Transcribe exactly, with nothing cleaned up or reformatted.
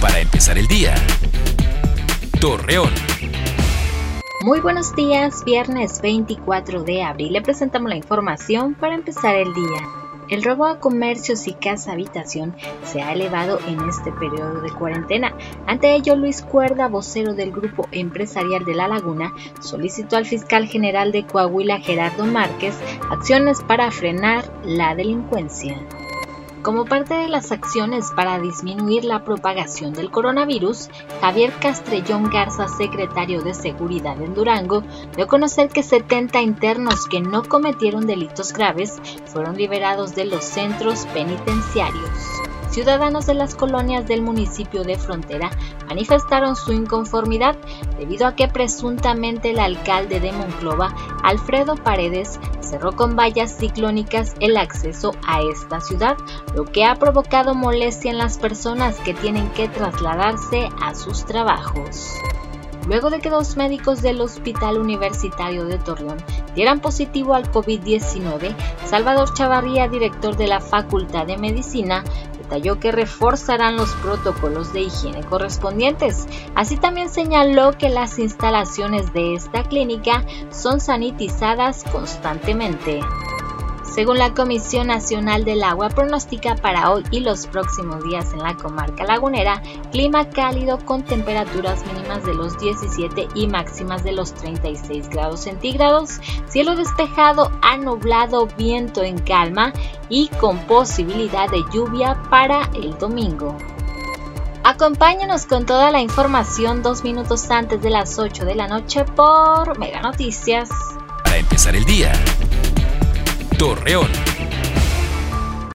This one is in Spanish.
para empezar el día. Torreón. Muy buenos días, viernes veinticuatro de abril. Le presentamos la información para empezar el día. El robo a comercios y casa habitación se ha elevado en este periodo de cuarentena. Ante ello, Luis Cuerda, vocero del Grupo Empresarial de La Laguna, solicitó al fiscal general de Coahuila, Gerardo Márquez, acciones para frenar la delincuencia. Como parte de las acciones para disminuir la propagación del coronavirus, Javier Castrellón Garza, secretario de Seguridad en Durango, dio a conocer que setenta internos que no cometieron delitos graves fueron liberados de los centros penitenciarios. Ciudadanos de las colonias del municipio de Frontera manifestaron su inconformidad debido a que presuntamente el alcalde de Monclova, Alfredo Paredes, cerró con vallas ciclónicas el acceso a esta ciudad, lo que ha provocado molestia en las personas que tienen que trasladarse a sus trabajos. Luego de que dos médicos del Hospital Universitario de Torreón dieran positivo al COVID diecinueve, Salvador Chavarría, director de la Facultad de Medicina, detalló que reforzarán los protocolos de higiene correspondientes. Así también señaló que las instalaciones de esta clínica son sanitizadas constantemente. Según la Comisión Nacional del Agua, pronostica para hoy y los próximos días en la comarca lagunera clima cálido con temperaturas mínimas de los diecisiete y máximas de los treinta y seis grados centígrados, cielo despejado a nublado, viento en calma y con posibilidad de lluvia para el domingo. Acompáñanos con toda la información dos minutos antes de las ocho de la noche por Mega Noticias. Para empezar el día. Torreón.